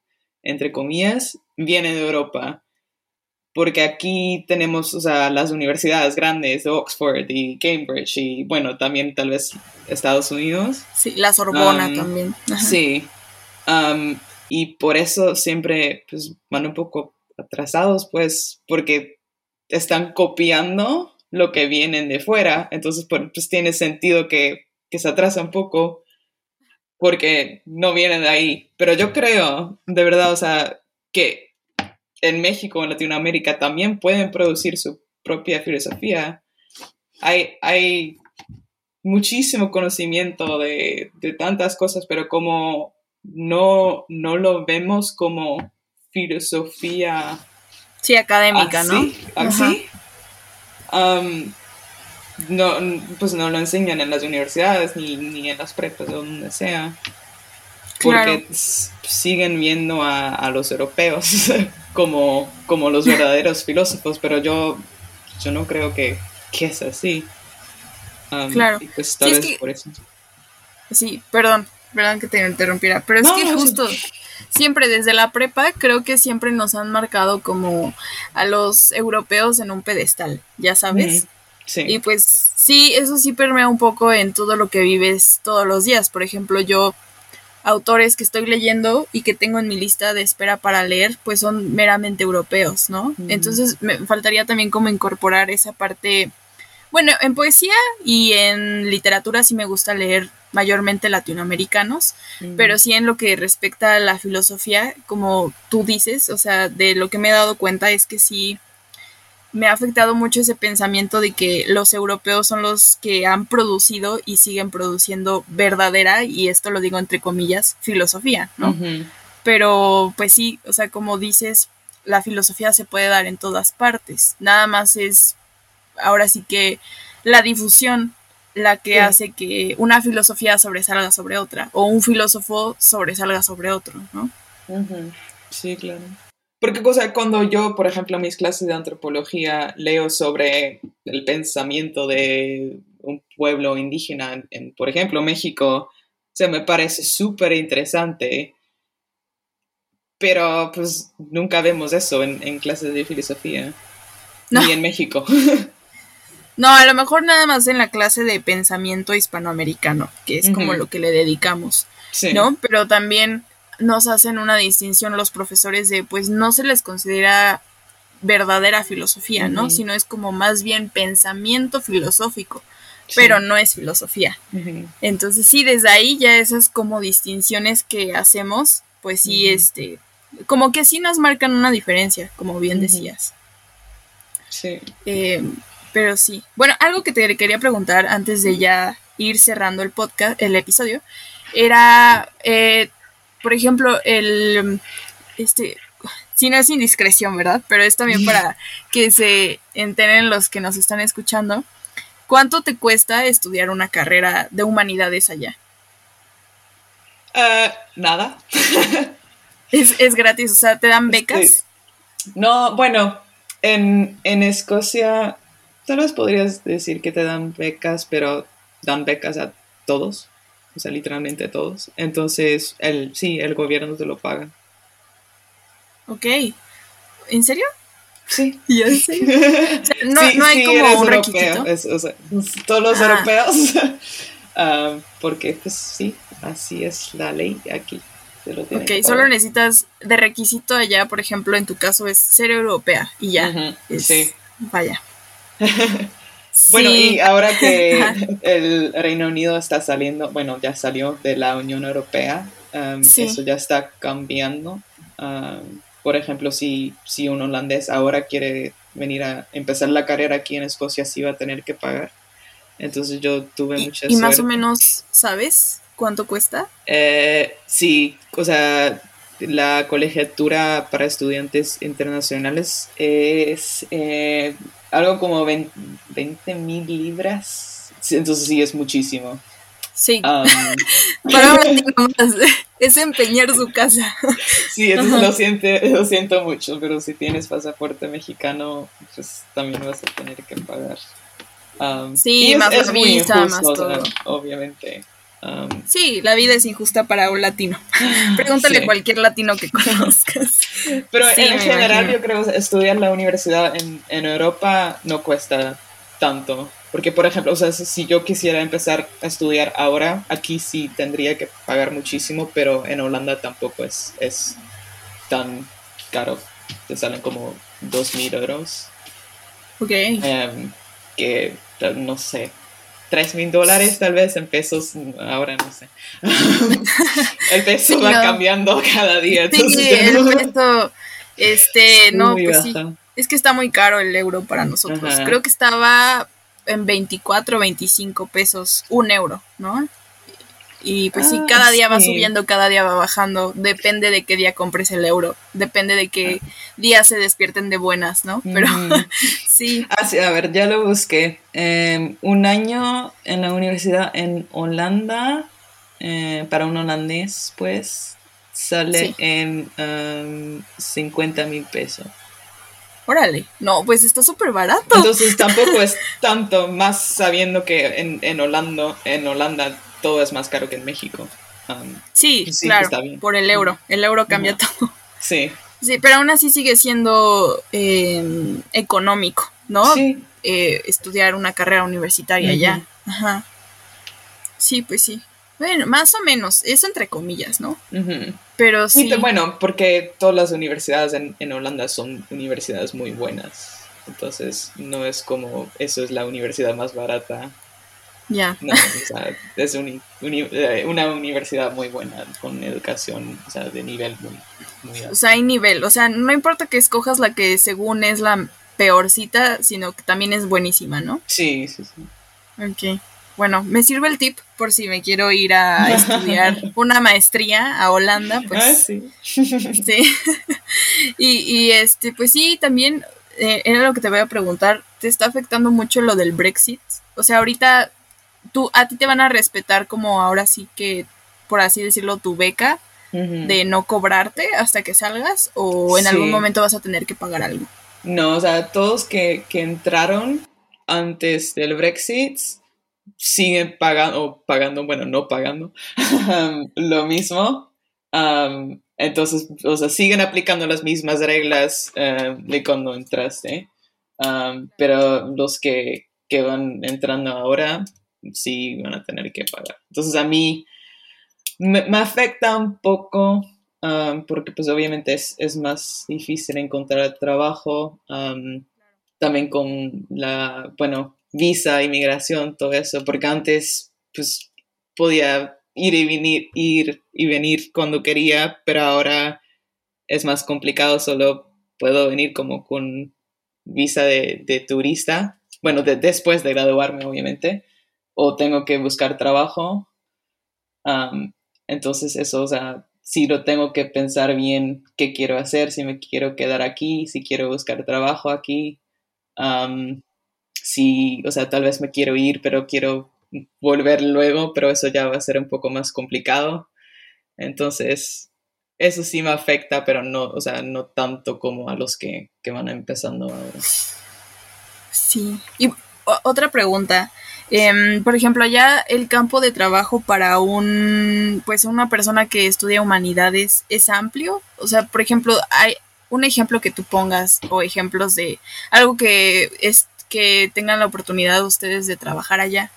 entre comillas, viene de Europa. Porque aquí tenemos, o sea, las universidades grandes de Oxford y Cambridge y, bueno, también tal vez Estados Unidos. Sí, la Sorbona también. Ajá. Sí. Y por eso siempre pues, van un poco atrasados, pues, porque están copiando lo que vienen de fuera. Entonces, pues tiene sentido que se atrasa un poco porque no vienen de ahí. Pero yo creo, de verdad, o sea, que en México, en Latinoamérica, también pueden producir su propia filosofía. Hay muchísimo conocimiento de tantas cosas, pero como no lo vemos como filosofía. Sí, académica, así, ¿no? Así. No, pues no lo enseñan en las universidades ni en las prepas o donde sea. Porque Claro. siguen viendo a los europeos como los verdaderos filósofos, pero yo no creo que es así. Claro. Y pues Sí, tal es vez que, por eso. sí, perdón que te interrumpiera, pero es No, que no, sí. justo siempre desde la prepa creo que siempre nos han marcado como a los europeos en un pedestal, ya sabes. Sí. Y pues sí, eso sí permea un poco en todo lo que vives todos los días. Por ejemplo, yo, autores que estoy leyendo y que tengo en mi lista de espera para leer, pues son meramente europeos, ¿no? Entonces me faltaría también como incorporar esa parte. Bueno, en poesía y en literatura sí me gusta leer mayormente latinoamericanos, pero sí en lo que respecta a la filosofía, como tú dices, o sea, de lo que me he dado cuenta es que sí me ha afectado mucho ese pensamiento de que los europeos son los que han producido y siguen produciendo verdadera, y esto lo digo entre comillas, filosofía, ¿no? Pero pues sí, o sea, como dices, la filosofía se puede dar en todas partes, nada más es ahora sí que la difusión la que hace que una filosofía sobresalga sobre otra, o un filósofo sobresalga sobre otro, ¿no? Sí, claro. Porque, o sea, cuando yo, por ejemplo, en mis clases de antropología leo sobre el pensamiento de un pueblo indígena en, por ejemplo, México, o sea, me parece súper interesante, pero pues nunca vemos eso en clases de filosofía, No. ni en México. No, a lo mejor nada más en la clase de pensamiento hispanoamericano, que es como lo que le dedicamos, Sí. ¿no? Pero también nos hacen una distinción los profesores de, pues no se les considera verdadera filosofía, ¿no? Sino es como más bien pensamiento filosófico, pero no es filosofía. Entonces sí, desde ahí ya esas como distinciones que hacemos, pues sí, como que sí nos marcan una diferencia, como bien decías. Sí. Pero sí. Bueno, algo que te quería preguntar antes de ya ir cerrando el podcast, el episodio, era, por ejemplo, si no es indiscreción, ¿verdad? Pero es también para que se enteren los que nos están escuchando. ¿Cuánto te cuesta estudiar una carrera de humanidades allá? Nada. ¿Es gratis? O sea, ¿te dan becas? No, bueno, en Escocia tal vez podrías decir que te dan becas, pero dan becas a todos, o sea, literalmente a todos. Entonces, el gobierno te lo paga. Ok. ¿En serio? Sí. ¿Y en serio? O sea, no hay como eres un europeo. requisito. O sea, todos los europeos. Porque, pues sí, así es la ley aquí. Ok, solo necesitas de requisito allá, por ejemplo, en tu caso es ser europea y ya. Sí. Vaya. Bueno, Sí. y ahora que el Reino Unido está saliendo, bueno, ya salió de la Unión Europea, eso ya está cambiando. Por ejemplo, si un holandés ahora quiere venir a empezar la carrera aquí en Escocia, sí va a tener que pagar. Entonces yo tuve mucha suerte. ¿Y más o menos sabes cuánto cuesta? Sí, o sea, la colegiatura para estudiantes internacionales es algo como 20,000 libras. Entonces sí, es muchísimo. Sí. Para un latino más, es empeñar su casa. Sí, entonces lo siento mucho, pero si tienes pasaporte mexicano, pues también vas a tener que pagar. Sí, y más es la muy visa, injusto, más o todo. sea, obviamente. Sí, la vida es injusta para un latino. Pregúntale a cualquier latino que conozcas. Pero Sí, en me general imagino. yo creo que estudiar en la universidad en Europa no cuesta tanto. Porque, por ejemplo, o sea, si yo quisiera empezar a estudiar ahora, aquí sí tendría que pagar muchísimo, pero en Holanda tampoco es tan caro. Te salen como 2.000 euros. Ok. Que no sé, $3.000 tal vez en pesos, ahora no sé. El Sí, peso va no. cambiando cada día, Sí, entonces ya el no. peso, no, Muy pues sí. baja. Es que está muy caro el euro para nosotros. Ajá. Creo que estaba en 24 o 25 pesos, un euro, ¿no? Y pues sí, Ah, cada día va sí. subiendo, cada día va bajando. Depende de qué día compres el euro. Depende de qué día se despierten de buenas, ¿no? Pero Ujú. sí, Ah, sí, a ver, ya lo busqué. Un año en la universidad en Holanda, para un holandés, pues, sale sí. en 50.000 pesos. Órale. No, pues está súper barato. Entonces tampoco es tanto, más sabiendo que en Holanda todo es más caro que en México. Sí, Pues sí, claro, está bien. por el euro. El euro cambia Ajá. todo. Sí, Sí, pero aún así sigue siendo económico, ¿no? sí. Estudiar una carrera universitaria ya. Ujú, Ajá. Sí, pues sí. Bueno, más o menos, eso entre comillas, ¿no? ujú. Pero Y sí, bueno, porque todas las universidades en Holanda son universidades muy buenas. Entonces, no es como, eso es la universidad más barata. ya. No, o sea, es una universidad muy buena, con educación, o sea, de nivel muy, muy O sea, alto. hay nivel. O sea, no importa que escojas la que según es la peorcita, sino que también es buenísima, ¿no? Sí, sí, sí. Ok. Bueno, me sirve el tip por si me quiero ir a estudiar una maestría a Holanda, Ah, pues sí. sí. Pues sí, también era lo que te voy a preguntar. ¿Te está afectando mucho lo del Brexit? O sea, ahorita a ti te van a respetar como ahora sí que, por así decirlo, tu beca Ujú. de no cobrarte hasta que salgas o en algún Sí. momento vas a tener que pagar algo. No, o sea, todos que entraron antes del Brexit siguen pagando, o pagando, bueno, no pagando, lo mismo. Entonces, o sea, siguen aplicando las mismas reglas de cuando entraste. Pero los que van entrando ahora sí van a tener que pagar. Entonces, a mí me afecta un poco porque pues obviamente es más difícil encontrar trabajo, también con la, bueno, visa, inmigración, todo eso, porque antes pues podía ir y venir cuando quería, pero ahora es más complicado, solo puedo venir como con visa de turista, bueno, después de graduarme obviamente, o tengo que buscar trabajo. Um, entonces eso, o sea, sí lo tengo que pensar bien qué quiero hacer, si me quiero quedar aquí, si quiero buscar trabajo aquí, um, si, o sea, tal vez me quiero ir, pero quiero volver luego, pero eso ya va a ser un poco más complicado. Entonces, eso sí me afecta, pero no, o sea, no tanto como a los que van empezando ahora. Sí. Y otra pregunta. Por ejemplo, allá el campo de trabajo para pues una persona que estudia humanidades es amplio. O sea, por ejemplo, hay un ejemplo que tú pongas o ejemplos de algo que tengan la oportunidad ustedes de trabajar allá.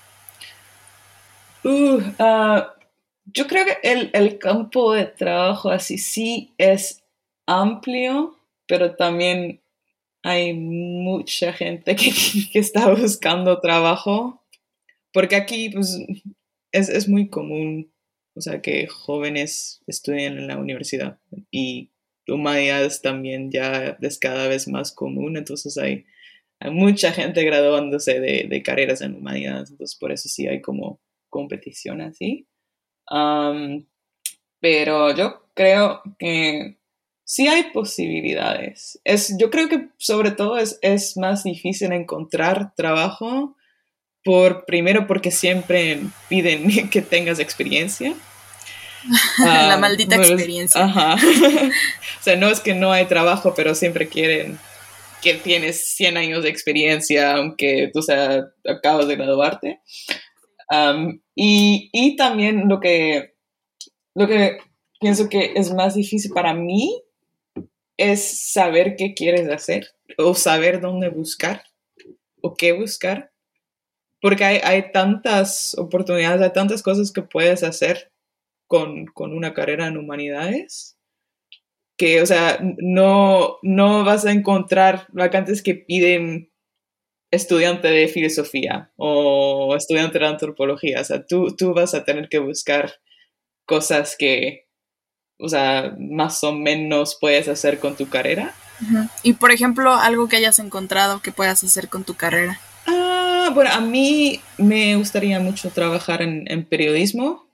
Uh, uh, yo creo que el campo de trabajo así sí es amplio, pero también hay mucha gente que está buscando trabajo, porque aquí pues, es muy común, o sea, que jóvenes estudien en la universidad y humanidades también ya es cada vez más común, entonces hay mucha gente graduándose de carreras en humanidades, entonces por eso sí hay como competición así. Um, pero yo creo que sí hay posibilidades. Yo creo que sobre todo es más difícil encontrar trabajo primero porque siempre piden que tengas experiencia. La maldita Pues, experiencia. ajá. O sea, no es que no hay trabajo, pero siempre quieren que tienes 100 años de experiencia, aunque tú acabas de graduarte. Y también lo que pienso que es más difícil para mí es saber qué quieres hacer o saber dónde buscar o qué buscar, porque hay tantas oportunidades, hay tantas cosas que puedes hacer con una carrera en humanidades que, o sea, no vas a encontrar vacantes que piden estudiante de filosofía o estudiante de antropología. O sea, tú vas a tener que buscar cosas que, o sea, más o menos puedes hacer con tu carrera. Uh-huh. Y por ejemplo, algo que hayas encontrado que puedas hacer con tu carrera. Bueno, a mí me gustaría mucho trabajar en periodismo,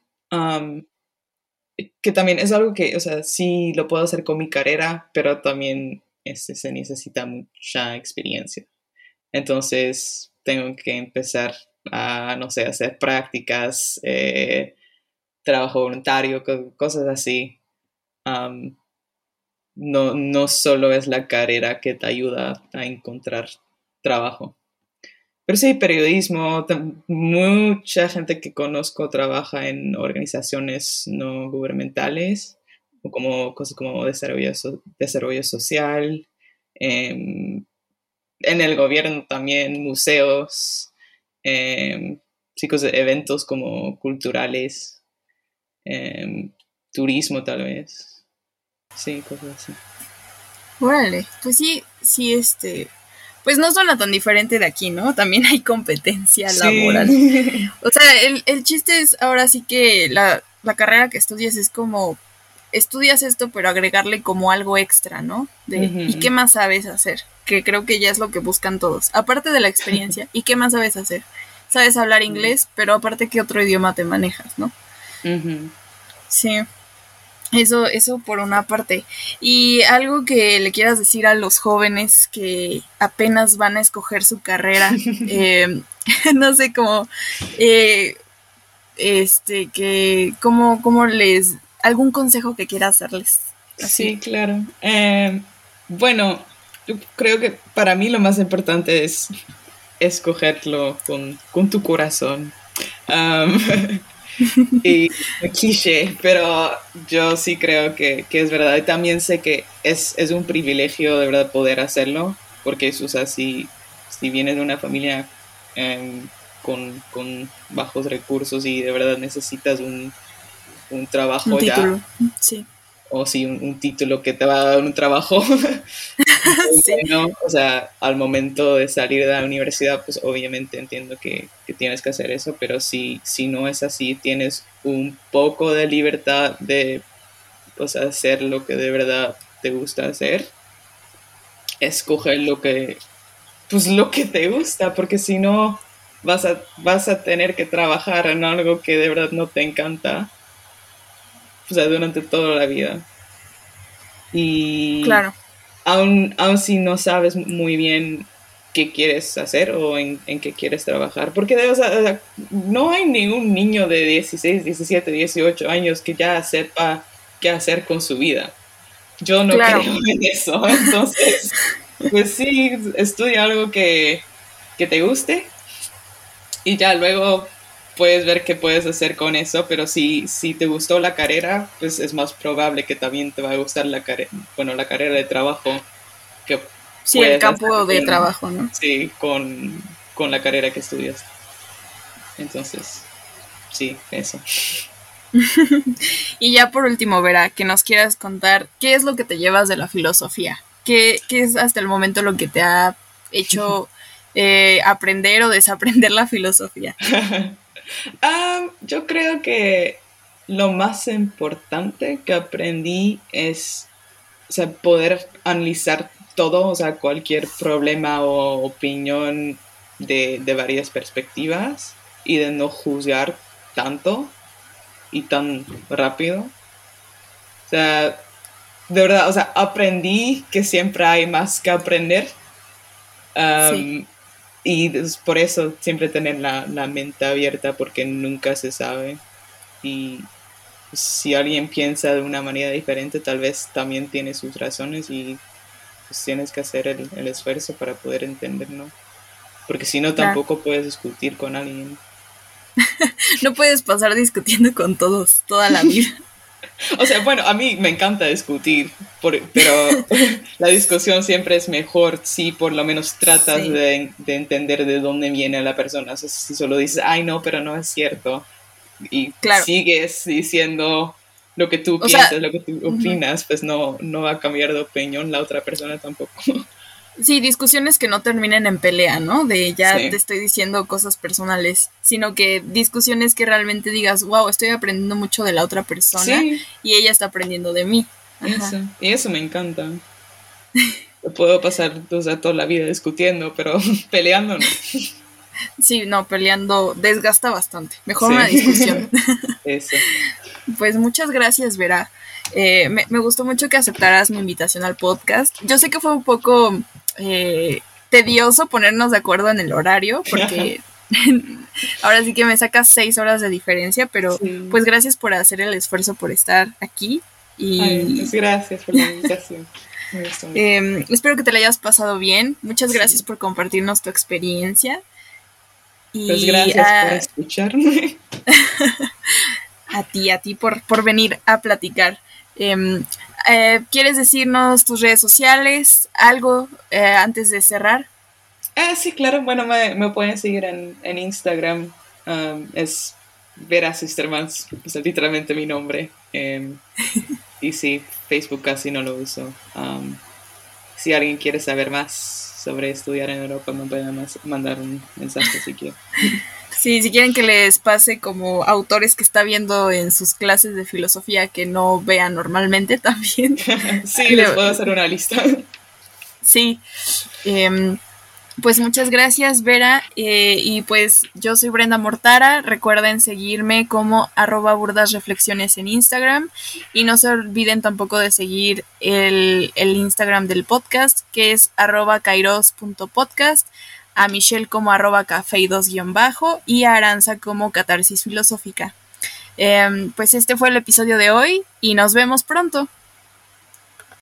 que también es algo que, o sea, sí lo puedo hacer con mi carrera, pero también se necesita mucha experiencia. Entonces tengo que empezar a, no sé, hacer prácticas, trabajo voluntario, cosas así. No solo es la carrera que te ayuda a encontrar trabajo. Pero sí, periodismo, mucha gente que conozco trabaja en organizaciones no gubernamentales, o como cosas como desarrollo social, en el gobierno también, museos, chicos de eventos como culturales, turismo tal vez, sí, cosas así. Órale, pues sí, pues no suena tan diferente de aquí, ¿no? También hay competencia laboral. Sí. O sea, el chiste es ahora sí que la carrera que estudias es como, estudias esto, pero agregarle como algo extra, ¿no? ¿Y qué más sabes hacer? Que creo que ya es lo que buscan todos. Aparte de la experiencia, ¿y qué más sabes hacer? Sabes hablar inglés, pero aparte, ¿qué otro idioma te manejas, no? Sí. Eso por una parte. Y algo que le quieras decir a los jóvenes que apenas van a escoger su carrera, no sé cómo, cómo les, algún consejo que quieras darles. Así. Sí, claro. Bueno, yo creo que para mí lo más importante es escogerlo con tu corazón. Y cliché, pero yo sí creo que es verdad. Y también sé que es un privilegio de verdad poder hacerlo, porque o sea, si vienes de una familia con bajos recursos y de verdad necesitas un Un trabajo ya, título. Sí. o si un título que te va a dar un trabajo muy Sí. bueno, o sea, al momento de salir de la universidad, pues obviamente entiendo que tienes que hacer eso, pero si no es así, tienes un poco de libertad de, o sea, hacer lo que de verdad te gusta hacer, escoger pues lo que te gusta, porque si no vas a tener que trabajar en algo que de verdad no te encanta, o sea, durante toda la vida. Y Claro. aún si no sabes muy bien qué quieres hacer o en qué quieres trabajar, porque o sea, no hay ningún niño de 16 17 18 años que ya sepa qué hacer con su vida. Yo no Claro. creo en eso, entonces, pues sí, estudia algo que te guste y ya luego puedes ver qué puedes hacer con eso, pero si te gustó la carrera, pues es más probable que también te va a gustar la carrera de trabajo que Sí, el puedes hacer campo de trabajo, ¿no? sí, con la carrera que estudias. Entonces, sí, eso. Y ya por último, Vera, que nos quieras contar qué es lo que te llevas de la filosofía. ¿Qué es hasta el momento lo que te ha hecho aprender o desaprender la filosofía? Yo creo que lo más importante que aprendí es, o sea, poder analizar todo, o sea, cualquier problema o opinión de varias perspectivas y de no juzgar tanto y tan rápido. O sea, de verdad, o sea, aprendí que siempre hay más que aprender. Sí. Y por eso siempre tener la mente abierta porque nunca se sabe. Y si alguien piensa de una manera diferente, tal vez también tiene sus razones y pues tienes que hacer el esfuerzo para poder entenderlo. Porque si no, Claro. tampoco puedes discutir con alguien. No puedes pasar discutiendo con todos toda la vida. O sea, bueno, a mí me encanta discutir, pero la discusión siempre es mejor si por lo menos tratas Sí, de entender de dónde viene la persona. O sea, si solo dices, ay, no, pero no es cierto, y claro. sigues diciendo lo que tú O sea, piensas, lo que tú ujú. opinas, pues no va a cambiar de opinión la otra persona tampoco. Sí, discusiones que no terminen en pelea, ¿no? De ya te Sí, estoy diciendo cosas personales, sino que discusiones que realmente digas, wow, estoy aprendiendo mucho de la otra persona sí, y ella está aprendiendo de mí. Ajá. eso, y eso me encanta. Puedo pasar, o sea, toda la vida discutiendo, pero peleando no. Sí, no, peleando desgasta bastante. Mejor una discusión. Sí, eso. Pues muchas gracias, Vera. Me gustó mucho que aceptaras mi invitación al podcast. Yo sé que fue un poco tedioso ponernos de acuerdo en el horario, porque ahora sí que me sacas 6 horas de diferencia, pero Sí. pues gracias por hacer el esfuerzo por estar aquí Ay, y pues gracias por la invitación. Me gustó mucho. espero que te la hayas pasado bien. Muchas gracias Sí. por compartirnos tu experiencia Pues y gracias por escucharme. a ti por venir a platicar. Eh, ¿Quieres decirnos tus redes sociales? ¿Algo antes de cerrar? Ah, sí, claro. Bueno, me pueden seguir en Instagram. Es Vera Sistermans, o sea, literalmente mi nombre. Y sí, Facebook casi no lo uso. Si alguien quiere saber más sobre estudiar en Europa, me pueden mandar un mensaje si quiere. Sí, si quieren que les pase como autores que está viendo en sus clases de filosofía que no vean normalmente también. Sí, les puedo hacer una lista. Sí, eh, pues muchas gracias, Vera. Y pues yo soy Brenda Mortara. Recuerden seguirme como @burdasreflexiones en Instagram. Y no se olviden tampoco de seguir el Instagram del podcast, que es @kairos.podcast. A Michelle como @café2- y a Aranza como Catarsis Filosófica. Pues este fue el episodio de hoy y nos vemos pronto.